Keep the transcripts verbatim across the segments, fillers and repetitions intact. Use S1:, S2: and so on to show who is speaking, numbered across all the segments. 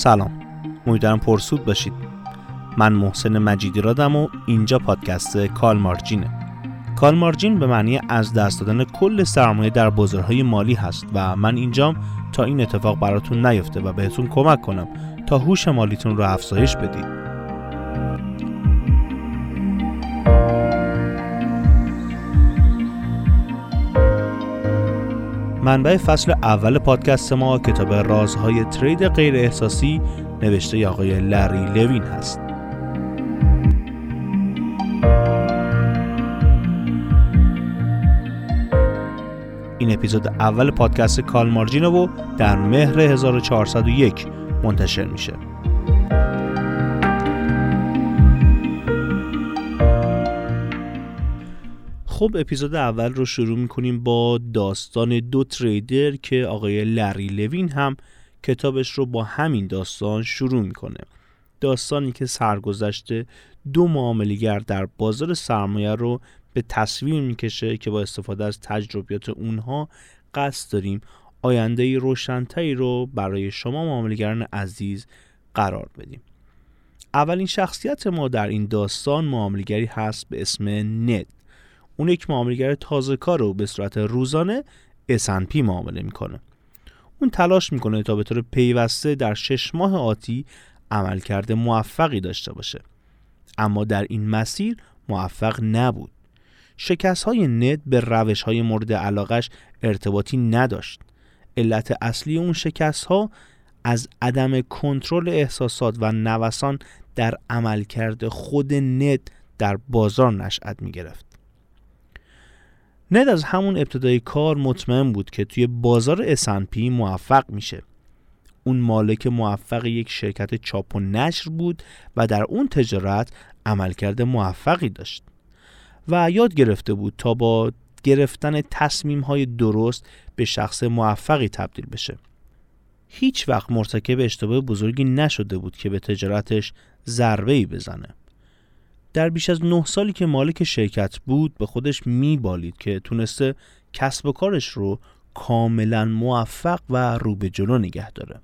S1: سلام، امیدوارم پرسود باشید. من محسن مجیدیرادم و اینجا پادکست کال مارجینه. کال مارجین به معنی از دست دادن کل سرمایه در بازارهای مالی هست و من اینجام تا این اتفاق براتون نیفته و بهتون کمک کنم تا هوش مالیتون رو افزایش بدید. منبع فصل اول پادکست ما کتاب رازهای ترید غیر احساسی نوشته آقای لری لوین هست. این اپیزود اول پادکست کال مارجینه و در مهر هزار و چهارصد و یک منتشر میشه. خب اپیزود اول رو شروع میکنیم با داستان دو تریدر که آقای لری لوین هم کتابش رو با همین داستان شروع میکنه. داستانی که سرگذشت دو معامله‌گر در بازار سرمایه رو به تصویر میکشه که با استفاده از تجربیات اونها قصد داریم آینده‌ای روشن‌تری رو برای شما معامله‌گران عزیز قرار بدیم. اولین شخصیت ما در این داستان معامله‌گری هست به اسم ند. اون یک معامله‌گر تازه کار رو به صورت روزانه اس اند پی معامله میکنه. اون تلاش میکنه تا به طور پیوسته در شش ماه آتی عملکرد موفقی داشته باشه، اما در این مسیر موفق نبود. شکست‌های ند به روش‌های مورد علاقش ارتباطی نداشت. علت اصلی اون شکست‌ها از عدم کنترل احساسات و نوسان در عملکرد خود ند در بازار نشأت می‌گرفت. ند از همون ابتدای کار مطمئن بود که توی بازار اس اند پی موفق میشه. اون مالک موفق یک شرکت چاپ و نشر بود و در اون تجارت عملکرد موفقی داشت و یاد گرفته بود تا با گرفتن تصمیم‌های درست به شخص موفقی تبدیل بشه. هیچ وقت مرتکب اشتباه بزرگی نشده بود که به تجارتش ضربه‌ای بزنه. در بیش از نه سالی که مالک شرکت بود به خودش میبالید که تونسته کسب و کارش رو کاملا موفق و رو به جلو نگه داره.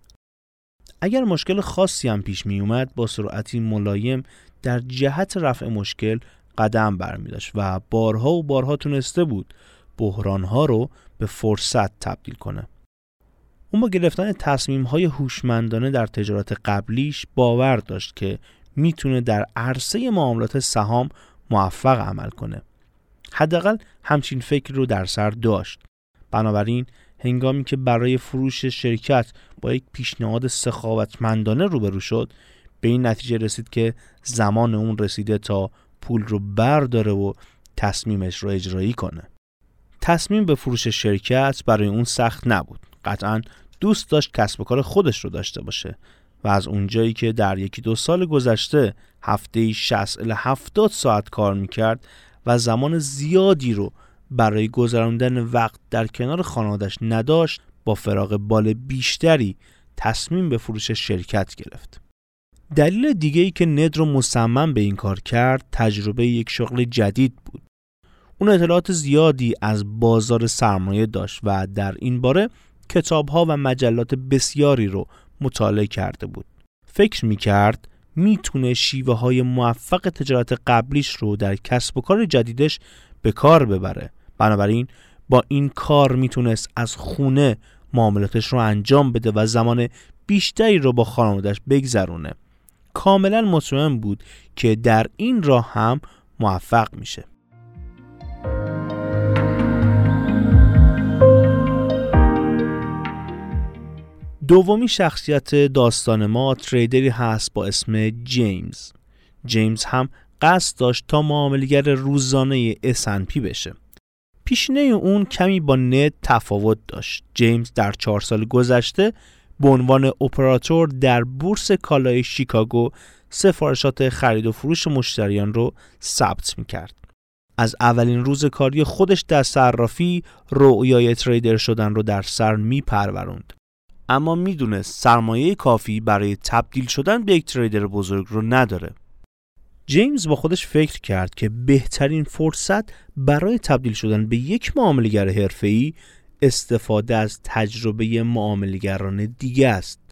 S1: اگر مشکل خاصی هم پیش می اومد با سرعتی ملایم در جهت رفع مشکل قدم برمی داشت و بارها و بارها تونسته بود بحرانها رو به فرصت تبدیل کنه. اون با گرفتن تصمیم‌های هوشمندانه در تجارت قبلیش باور داشت که میتونه در عرصه معاملات سهام موفق عمل کنه. حداقل همچین فکر رو در سر داشت. بنابراین هنگامی که برای فروش شرکت با یک پیشنهاد سخاوتمندانه روبرو شد، به این نتیجه رسید که زمان اون رسیده تا پول رو برداره و تصمیمش رو اجرایی کنه. تصمیم به فروش شرکت برای اون سخت نبود. قطعاً دوست داشت کسب و کار خودش رو داشته باشه و از اونجایی که در یکی دو سال گذشته هفته‌ای شصت الی هفتاد ساعت کار میکرد و زمان زیادی رو برای گذراندن وقت در کنار خانوادش نداشت، با فراغ بال بیشتری تصمیم به فروش شرکت گرفت. دلیل دیگه‌ای که ند رو مصمم به این کار کرد تجربه یک شغل جدید بود. اون اطلاعات زیادی از بازار سرمایه داشت و در این باره کتاب‌ها و مجلات بسیاری رو مطالعه کرده بود. فکر می‌کرد میتونه شیوه های موفق تجارت قبلیش رو در کسب و کار جدیدش به کار ببره. بنابراین با این کار میتونست از خونه معاملاتش رو انجام بده و زمان بیشتری رو با خانواده‌اش بگذرونه. کاملا مطمئن بود که در این راه هم موفق میشه. دومی شخصیت داستان ما تریدری هست با اسم جیمز. جیمز هم قصد داشت تا معامله‌گر روزانه اس اند پی بشه. پیشینه اون کمی با ند تفاوت داشت. جیمز در چهار سال گذشته به عنوان اپراتور در بورس کالای شیکاگو سفارشات خرید و فروش مشتریان رو ثبت می‌کرد. از اولین روز کاری خودش در صرافی رؤیای تریدر شدن رو در سر می‌پروروند. اما میدونست سرمایه کافی برای تبدیل شدن به یک تریدر بزرگ رو نداره. جیمز با خودش فکر کرد که بهترین فرصت برای تبدیل شدن به یک معامله‌گر حرفه‌ای استفاده از تجربه معامله‌گران دیگه است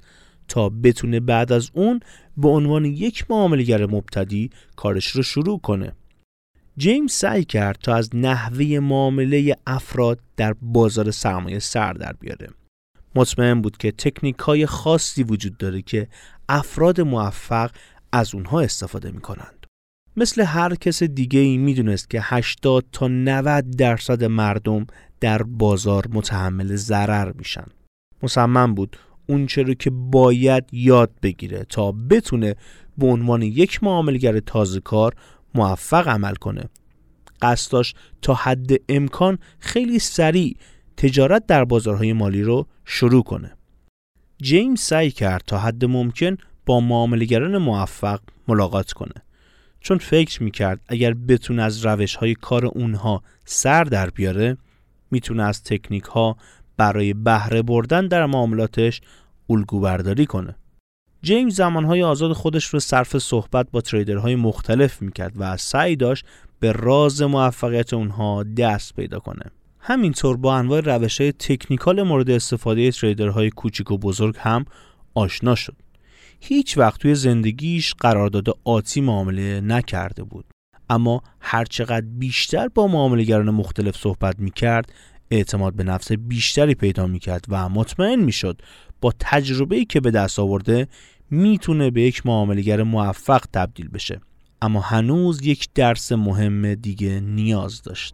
S1: تا بتونه بعد از اون به عنوان یک معامله‌گر مبتدی کارش رو شروع کنه. جیمز سعی کرد تا از نحوه معامله افراد در بازار سرمایه سر در بیاره. مطمئن بود که تکنیک‌های خاصی وجود داره که افراد موفق از اونها استفاده می‌کنند. مثل هر کس دیگه‌ای می‌دونست که هشتاد تا نود درصد مردم در بازار متحمل ضرر میشن. مصمم بود اون چرا که باید یاد بگیره تا بتونه به عنوان یک معامله‌گر تازه کار موفق عمل کنه. قصد داشت تا حد امکان خیلی سریع تجارت در بازارهای مالی رو شروع کنه. جیمز سعی کرد تا حد ممکن با معامله‌گران موفق ملاقات کنه، چون فکر میکرد اگر بتونه از روش‌های کار اونها سر در بیاره، میتونه از تکنیک‌ها برای بهره بردن در معاملاتش الگو برداری کنه. جیمز زمانهای آزاد خودش رو صرف صحبت با تریدرهای مختلف میکرد و سعی داشت به راز موفقیت اونها دست پیدا کنه. همینطور با انواع روش‌های تکنیکال مورد استفاده تریدرهای کوچیک و بزرگ هم آشنا شد. هیچ وقت توی زندگیش قرارداد آتی معامله نکرده بود، اما هرچقدر بیشتر با معامله‌گران مختلف صحبت میکرد، اعتماد به نفس بیشتری پیدا میکرد و مطمئن میشد با تجربه‌ای که به دست آورده میتونه به یک معامله‌گر موفق تبدیل بشه. اما هنوز یک درس مهم دیگه نیاز داشت.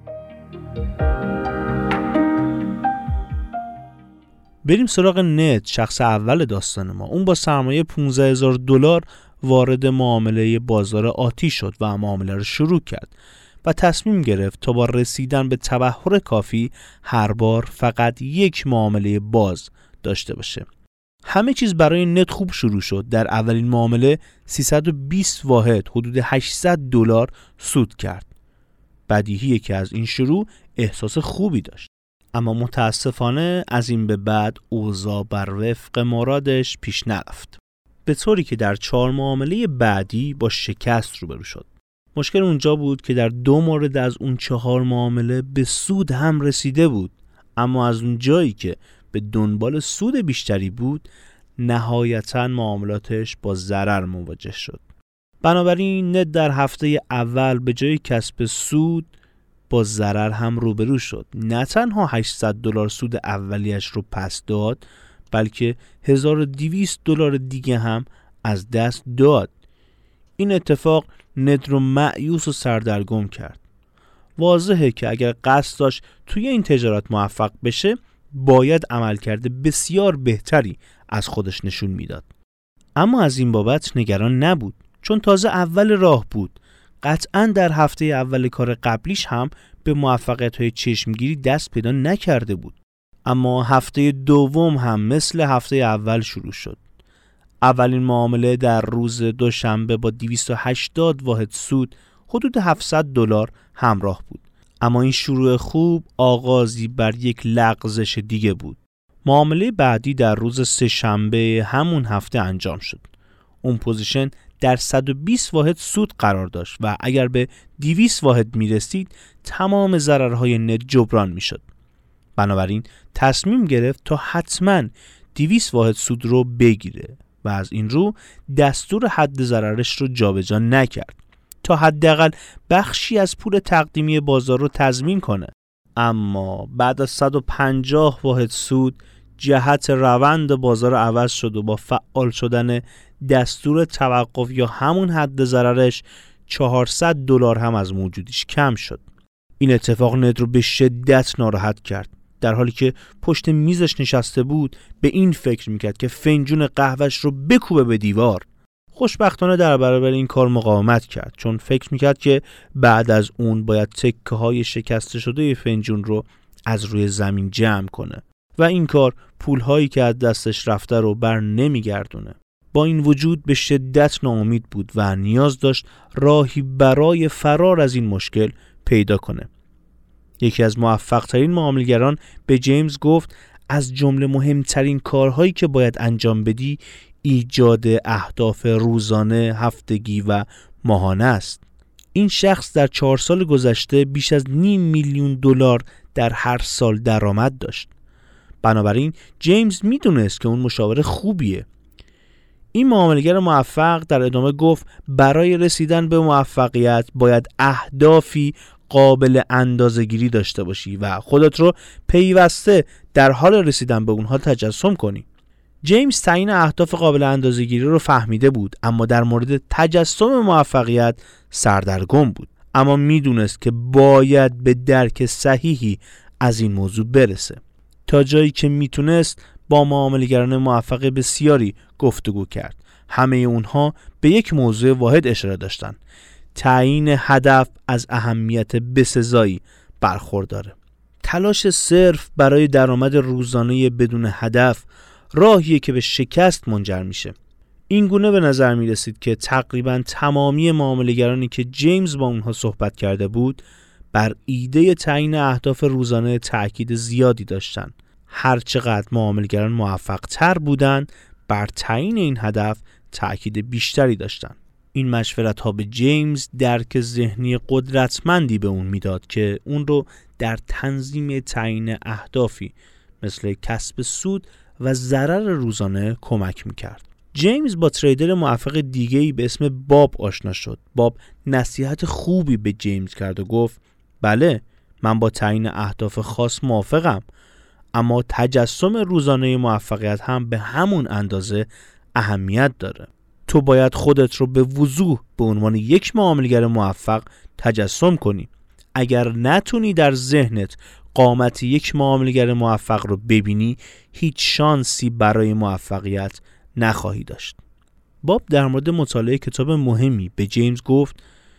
S1: بریم سراغ ند، شخص اول داستان ما. اون با سرمایه پانزده هزار دلار وارد معامله بازار آتی شد و معامله رو شروع کرد و تصمیم گرفت تا با رسیدن به تبحر کافی هر بار فقط یک معامله باز داشته باشه. همه چیز برای ند خوب شروع شد. در اولین معامله سیصد و بیست واحد حدود هشتصد دلار سود کرد. بدیهیه که از این شروع احساس خوبی داشت، اما متاسفانه از این به بعد اوضاع بر وفق مرادش پیش نرفت، به طوری که در چهار معامله بعدی با شکست روبرو شد. مشکل اونجا بود که در دو مورد از اون چهار معامله به سود هم رسیده بود، اما از اون جایی که به دنبال سود بیشتری بود، نهایتاً معاملاتش با ضرر مواجه شد. بنابراین ند در هفته اول به جای کسب سود با ضرر هم روبرو شد. نه تنها هشتصد دلار سود اولیش رو پس داد، بلکه هزار و دویست دلار دیگه هم از دست داد. این اتفاق ند رو مایوس و سردرگم کرد. واضحه که اگر قصد داشت توی این تجارت موفق بشه، باید عملکرد بسیار بهتری از خودش نشون میداد. اما از این بابت نگران نبود، چون تازه اول راه بود. قطعاً در هفته اول کار قبلیش هم به موفقیت‌های چشمگیری دست پیدا نکرده بود. اما هفته دوم هم مثل هفته اول شروع شد. اولین معامله در روز دوشنبه با دویست و هشتاد واحد سود حدود هفتصد دلار همراه بود. اما این شروع خوب آغازی بر یک لغزش دیگه بود. معامله بعدی در روز سه شنبه همون هفته انجام شد. اون پوزیشن در صد و بیست واحد سود قرار داشت و اگر به دویست واحد میرسید تمام ضررهای ند جبران میشد. بنابراین تصمیم گرفت تا حتما دویست واحد سود رو بگیره و از این رو دستور حد ضررش رو جابجا نکرد تا حداقل بخشی از پول تقدیمی بازار رو تضمین کنه. اما بعد از صد و پنجاه واحد سود جهت روند بازار عوض شد و با فعال شدن دستور توقف یا همون حد ضررش چهارصد دلار هم از موجودیش کم شد. این اتفاق ند رو به شدت ناراحت کرد. در حالی که پشت میزش نشسته بود به این فکر میکرد که فنجون قهوهش رو بکوبه به دیوار. خوشبختانه در برابر این کار مقاومت کرد، چون فکر میکرد که بعد از اون باید تکه های شکسته شده فنجون رو از روی زمین جمع کنه و این کار پولهایی که از دستش رفته رو بر نمیگردونه. با این وجود به شدت ناامید بود و نیاز داشت راهی برای فرار از این مشکل پیدا کنه. یکی از موفق ترین معامله‌گران به جیمز گفت از جمله مهمترین کارهایی که باید انجام بدی ایجاد اهداف روزانه، هفتگی و ماهانه است. این شخص در چهار سال گذشته بیش از نیم میلیون دلار در هر سال درآمد داشت. بنابراین جیمز میدونست که اون مشاور خوبیه این معامله‌گر موفق در ادامه گفت برای رسیدن به موفقیت باید اهدافی قابل اندازه‌گیری داشته باشی و خودت رو پیوسته در حال رسیدن به اونها تجسم کنی. جیمز تعیین اهداف قابل اندازه‌گیری رو فهمیده بود، اما در مورد تجسم موفقیت سردرگم بود. اما میدونست که باید به درک صحیحی از این موضوع برسه. تا جایی که میتونست با معامله‌گران موفق بسیاری گفتگو کرد. همه اونها به یک موضوع واحد اشاره داشتن: تعیین هدف از اهمیت بسزایی برخورداره. تلاش صرف برای درآمد روزانه بدون هدف راهیه که به شکست منجر میشه. این گونه به نظر می رسید که تقریبا تمامی معامله‌گرانی که جیمز با اونها صحبت کرده بود بر ایده تعیین اهداف روزانه تأکید زیادی داشتند. هر چقدر معامله‌گران موفق تر بودند بر تعیین این هدف تأکید بیشتری داشتند. این مشورت ها به جیمز درک ذهنی قدرتمندی به اون میداد که اون رو در تنظیم تعیین اهدافی مثل کسب سود و ضرر روزانه کمک میکرد. جیمز با تریدر موفق دیگه‌ای به اسم باب آشنا شد. باب نصیحت خوبی به جیمز کرد و گفت بله، من با تعیین اهداف خاص موافقم، اما تجسم روزانه موفقیت هم به همون اندازه اهمیت داره. تو باید خودت رو به وضوح به عنوان یک معامله‌گر موفق تجسم کنی. اگر نتونی در ذهنت قامت یک معامله‌گر موفق رو ببینی، هیچ شانسی برای موفقیت نخواهی داشت. باب در مورد مطالعه کتاب مهمی به جیمز گفت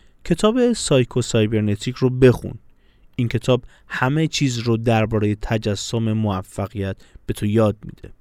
S1: کتاب سایکو سایبرنتیک رو بخون. این کتاب همه چیز رو درباره تجسم موفقیت به تو یاد میده.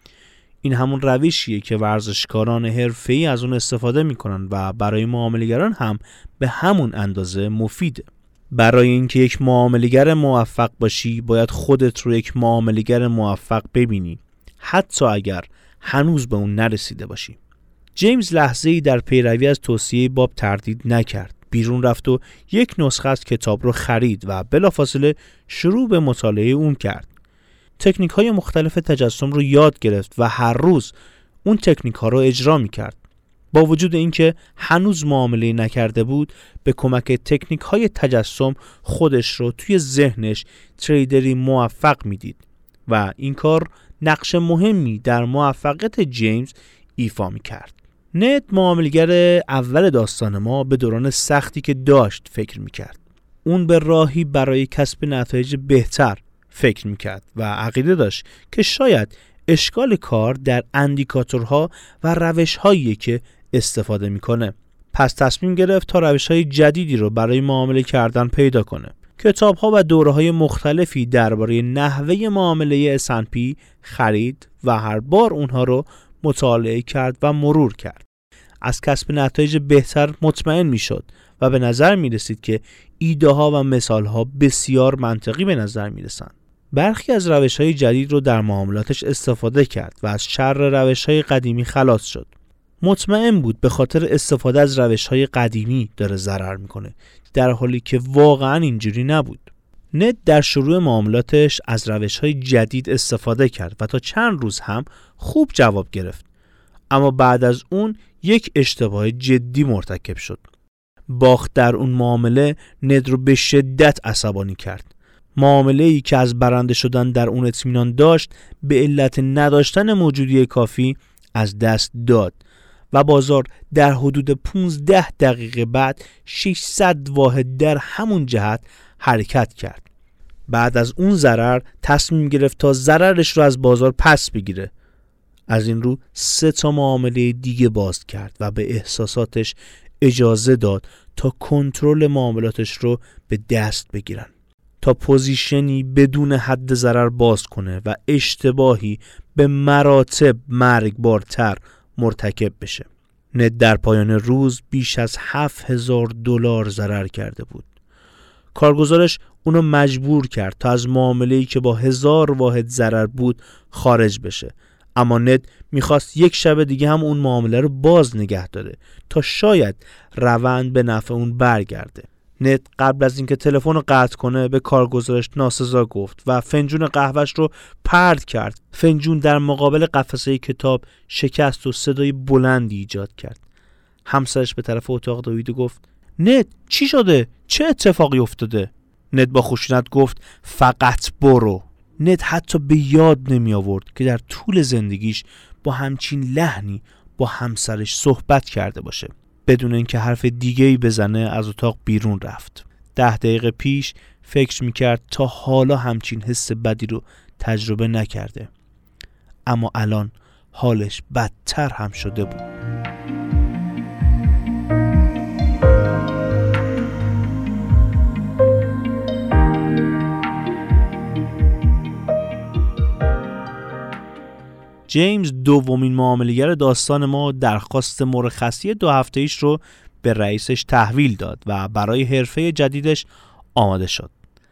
S1: این همون روشیه که ورزشکاران حرفه‌ای از اون استفاده میکنن و برای معامله‌گران هم به همون اندازه مفیده. برای اینکه یک معامله‌گر موفق باشی باید خودت رو یک معامله‌گر موفق ببینی، حتی اگر هنوز به اون نرسیده باشی. جیمز لحظه‌ای در پیروی از توصیه باب تردید نکرد. بیرون رفت و یک نسخه از کتاب رو خرید و بلافاصله شروع به مطالعه اون کرد. تکنیک های مختلف تجسم رو یاد گرفت و هر روز اون تکنیک ها رو اجرا می کرد. با وجود اینکه هنوز معامله نکرده بود، به کمک تکنیک های تجسم خودش رو توی ذهنش تریدری موفق می دید و این کار نقش مهمی در موفقیت جیمز ایفا می کرد. ند معامله‌گر اول داستان ما به دوران سختی که داشت فکر می کرد. اون به راهی برای کسب نتایج بهتر فکر می کرد و عقیده داشت که شاید اشکال کار در اندیکاتورها و روش‌هایی که استفاده میکنه. پس تصمیم گرفت تا روش‌های جدیدی رو برای معامله کردن پیدا کنه. کتاب‌ها و دوره‌های مختلفی درباره نحوه معامله اس اند پی خرید و هر بار اونها رو مطالعه کرد و مرور کرد. از کسب نتایج بهتر مطمئن میشد و به نظر می رسید که ایده ها و مثال ها بسیار منطقی به نظر می رسند. برخی از روش های جدید رو در معاملاتش استفاده کرد و از شر روش های قدیمی خلاص شد. مطمئن بود به خاطر استفاده از روش های قدیمی داره ضرر میکنه، در حالی که واقعا اینجوری نبود. ند در شروع معاملاتش از روش های جدید استفاده کرد و تا چند روز هم خوب جواب گرفت، اما بعد از اون یک اشتباه جدی مرتکب شد. باخت در اون معامله ند رو به شدت عصبانی کرد. معامله‌ای که از برنده شدن در اون اطمینان داشت به علت نداشتن موجودی کافی از دست داد و بازار در حدود پانزده دقیقه بعد ششصد واحد در همون جهت حرکت کرد. بعد از اون ضرر تصمیم گرفت تا ضررش رو از بازار پس بگیره. از این رو سه تا معامله دیگه باز کرد و به احساساتش اجازه داد تا کنترل معاملاتش رو به دست بگیرن، تا پوزیشنی بدون حد ضرر باز کنه و اشتباهی به مراتب مرگبارتر مرتکب بشه. ند در پایان روز بیش از هفت هزار دلار ضرر کرده بود. کارگزارش اونو مجبور کرد تا از معامله‌ای که با هزار واحد ضرر بود خارج بشه، اما ند میخواست یک شب دیگه هم اون معامله رو باز نگه داره تا شاید روند به نفع اون برگرده. ند قبل از اینکه تلفن رو قطع کنه به کارگزارش ناسزا گفت و فنجون قهوهش رو پرت کرد. فنجون در مقابل قفسه کتاب شکست و صدای بلندی ایجاد کرد. همسرش به طرف اتاق دوید و گفت ند چی شده؟ چه اتفاقی افتاده؟ ند با خشونت گفت فقط برو. ند حتی به یاد نمی آورد که در طول زندگیش با همچین لحنی با همسرش صحبت کرده باشه. بدون اینکه حرف دیگه‌ای بزنه از اتاق بیرون رفت. ده دقیقه پیش فکر میکرد تا حالا همچین حس بدی رو تجربه نکرده، اما الان حالش بدتر هم شده بود. جیمز دومین معامله‌گر داستان ما درخواست مرخصی دو هفته‌ایش رو به رئیسش تحویل داد و برای حرفه جدیدش آماده شد.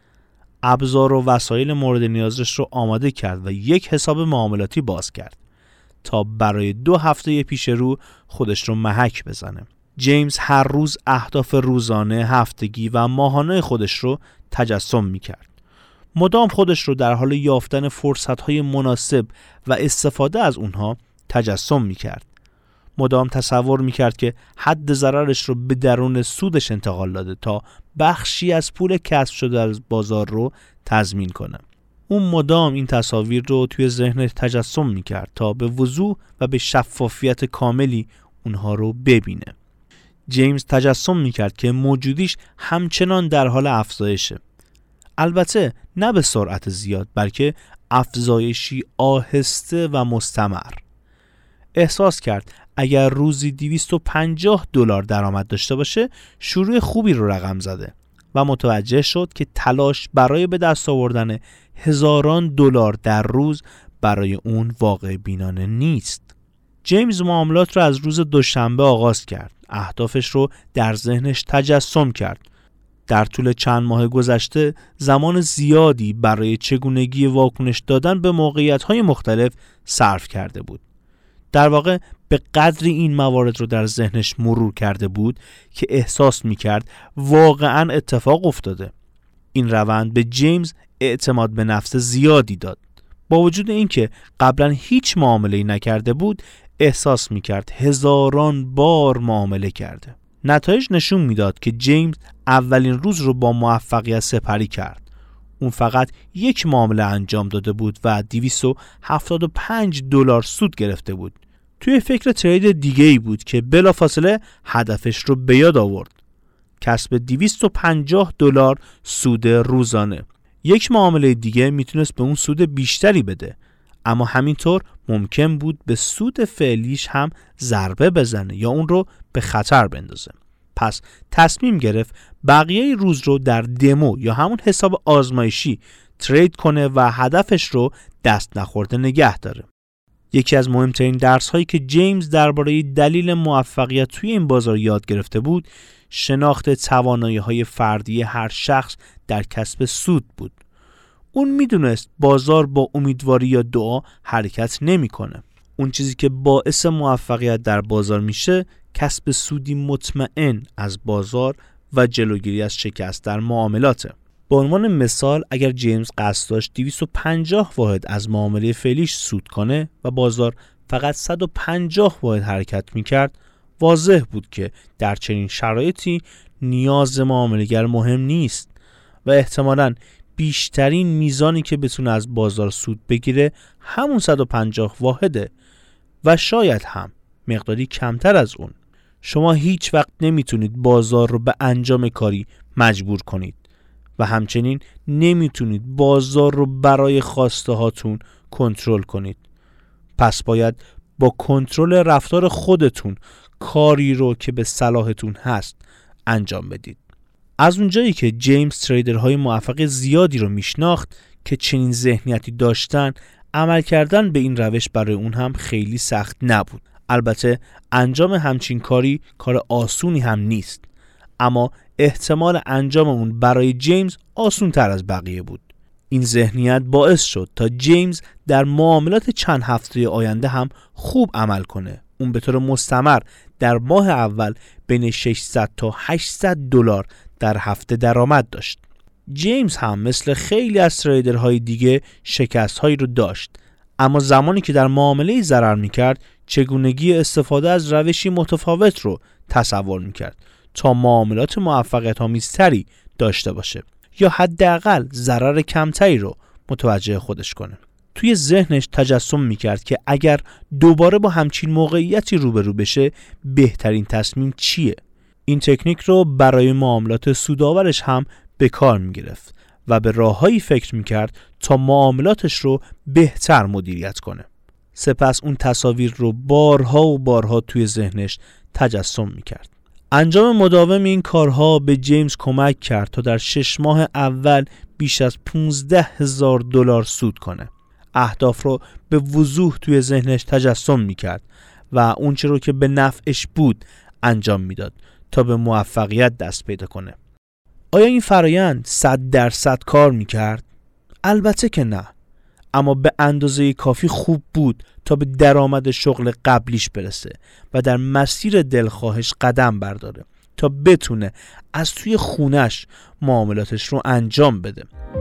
S1: ابزار و وسایل مورد نیازش رو آماده کرد و یک حساب معاملاتی باز کرد تا برای دو هفته پیش رو خودش رو محک بزنه. جیمز هر روز اهداف روزانه، هفتگی و ماهانه خودش رو تجسم می‌کرد. مدام خودش رو در حال یافتن فرصت‌های مناسب و استفاده از اونها تجسم می‌کرد. مدام تصور می‌کرد که حد ضررش رو به درون سودش انتقال داده تا بخشی از پول کسب شده از بازار رو تضمین کنه. اون مدام این تصاویر رو توی ذهنش تجسم می‌کرد تا به وضوح و به شفافیت کاملی اونها رو ببینه. جیمز تجسم می‌کرد که موجودیش همچنان در حال افزایشه. البته نه به سرعت زیاد، بلکه افزایشی آهسته و مستمر. احساس کرد اگر روزی دویست و پنجاه دلار درآمد داشته باشه شروع خوبی رو رقم زده و متوجه شد که تلاش برای به دست آوردن هزاران دلار در روز برای اون واقع بینانه نیست. جیمز معاملات رو از روز دوشنبه آغاز کرد. اهدافش رو در ذهنش تجسم کرد. در طول چند ماه گذشته زمان زیادی برای چگونگی واکنش دادن به موقعیت‌های مختلف صرف کرده بود. در واقع به قدری این موارد رو در ذهنش مرور کرده بود که احساس می‌کرد واقعاً اتفاق افتاده. این روند به جیمز اعتماد به نفس زیادی داد. با وجود اینکه قبلا هیچ معامله‌ای نکرده بود، احساس می‌کرد هزاران بار معامله کرده. نتایج نشون میداد که جیمز اولین روز رو با موفقیت سپری کرد. اون فقط یک معامله انجام داده بود و دویست و هفتاد و پنج دلار سود گرفته بود. توی فکر ترید دیگه‌ای بود که بلافاصله هدفش رو به یاد آورد. کسب دویست و پنجاه دلار سود روزانه. یک معامله دیگه میتونست به اون سود بیشتری بده، اما همینطور ممکن بود به سود فعلیش هم ضربه بزنه یا اون رو به خطر بندازه. پس تصمیم گرفت بقیه روز رو در دمو یا همون حساب آزمایشی ترید کنه و هدفش رو دست نخورده نگه داره. یکی از مهمترین درس هایی که جیمز درباره دلیل موفقیت توی این بازار یاد گرفته بود، شناخت توانایی های فردی هر شخص در کسب سود بود. اون میدونست بازار با امیدواری یا دعا حرکت نمیکنه. اون چیزی که باعث موفقیت در بازار میشه کسب سودی مطمئن از بازار و جلوگیری از شکست در معاملاته. به عنوان مثال اگر جیمز قصد داشت دویست و پنجاه واحد از معامله فعلیش سود کنه و بازار فقط صد و پنجاه واحد حرکت میکرد، واضح بود که در چنین شرایطی نیاز معامله‌گر مهم نیست و احتمالاً بیشترین میزانی که بتونه از بازار سود بگیره همون صد و پنجاه واحده و شاید هم مقداری کمتر از اون. شما هیچ وقت نمیتونید بازار رو به انجام کاری مجبور کنید و همچنین نمیتونید بازار رو برای خواسته هاتون کنترل کنید. پس باید با کنترل رفتار خودتون کاری رو که به صلاحتون هست انجام بدید. از اونجایی که جیمز تریدرهای موفق زیادی رو میشناخت که چنین ذهنیتی داشتن، عمل کردن به این روش برای اون هم خیلی سخت نبود. البته انجام همچین کاری کار آسونی هم نیست، اما احتمال انجام اون برای جیمز آسون تر از بقیه بود. این ذهنیت باعث شد تا جیمز در معاملات چند هفته آینده هم خوب عمل کنه. اون به طور مستمر در ماه اول بین ششصد تا هشتصد دلار در هفته درآمد داشت. جیمز هم مثل خیلی از تریدرهای دیگه شکست‌هایی رو داشت، اما زمانی که در معامله ضرر می‌کرد چگونگی استفاده از روشی متفاوت رو تصور می‌کرد تا معاملات موفقیت‌آمیزتری داشته باشه یا حداقل ضرر کمتری رو متوجه خودش کنه. توی ذهنش تجسم می‌کرد که اگر دوباره با همچین موقعیتی روبرو بشه بهترین تصمیم چیه. این تکنیک رو برای معاملات سودآورش هم به کار می‌گرفت و به راههایی فکر می‌کرد تا معاملاتش رو بهتر مدیریت کنه. سپس اون تصاویر رو بارها و بارها توی ذهنش تجسم می‌کرد. انجام مداوم این کارها به جیمز کمک کرد تا در شش ماه اول بیش از پانزده هزار دلار سود کنه. اهداف رو به وضوح توی ذهنش تجسم می‌کرد و اون چه رو که به نفعش بود انجام میداد تا به موفقیت دست پیدا کنه. آیا این فرایند صد درصد کار میکرد؟ البته که نه، اما به اندازه کافی خوب بود تا به درآمد شغل قبلیش برسه و در مسیر دلخواهش قدم برداره تا بتونه از توی خونش معاملاتش رو انجام بده.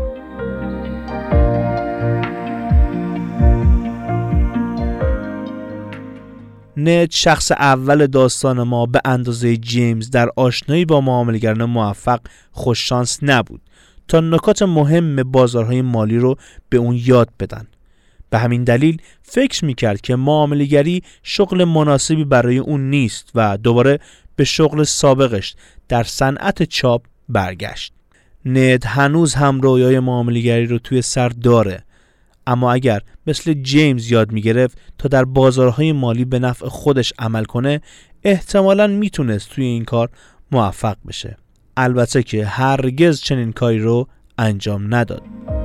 S1: ند شخص اول داستان ما به اندازه جیمز در آشنایی با معامله‌گران موفق خوششانس نبود تا نکات مهم بازارهای مالی رو به اون یاد بدن. به همین دلیل فکر میکرد که معامله‌گری شغل مناسبی برای اون نیست و دوباره به شغل سابقش در صنعت چاپ برگشت. ند هنوز هم رویای معامله‌گری رو توی سر داره، اما اگر مثل جیمز یاد میگرفت تا در بازارهای مالی به نفع خودش عمل کنه احتمالاً میتونست توی این کار موفق بشه. البته که هرگز چنین کاری رو انجام نداد.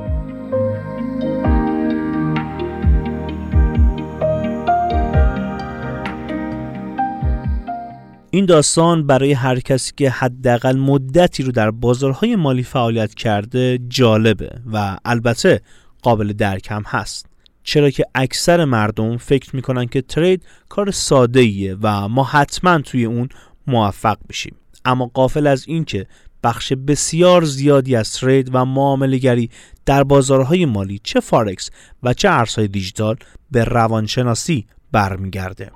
S1: این داستان برای هر کسی که حداقل مدتی رو در بازارهای مالی فعالیت کرده جالبه و البته قابل درک هم هست، چرا که اکثر مردم فکر میکنن که ترید کار ساده ایه و ما حتما توی اون موفق بشیم، اما غافل از این که بخش بسیار زیادی از ترید و معامله‌گری در بازارهای مالی چه فارکس و چه ارزهای دیجیتال به روانشناسی برمیگرده.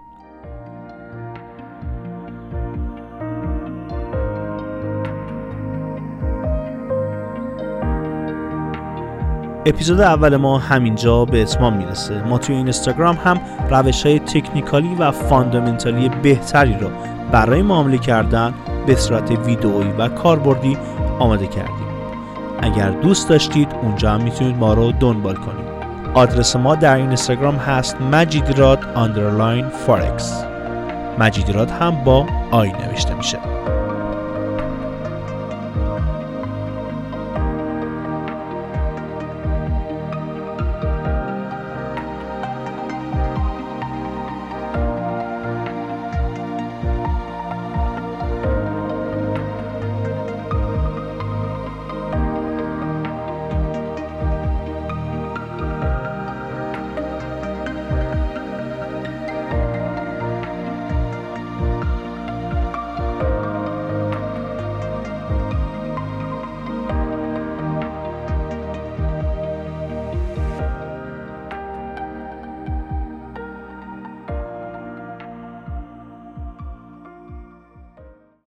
S1: اپیزود اول ما همینجا به اتمام میرسه. ما توی اینستاگرام هم روش‌های تکنیکالی و فاندامنتالی بهتری رو برای معامله کردن به صورت ویدئویی و کاربردی آماده کردیم. اگر دوست داشتید اونجا هم میتونید ما رو دنبال کنید. آدرس ما در اینستاگرام هست مجیدیراد آندرلاین فارکس. مجیدیراد هم با آی نوشته میشه.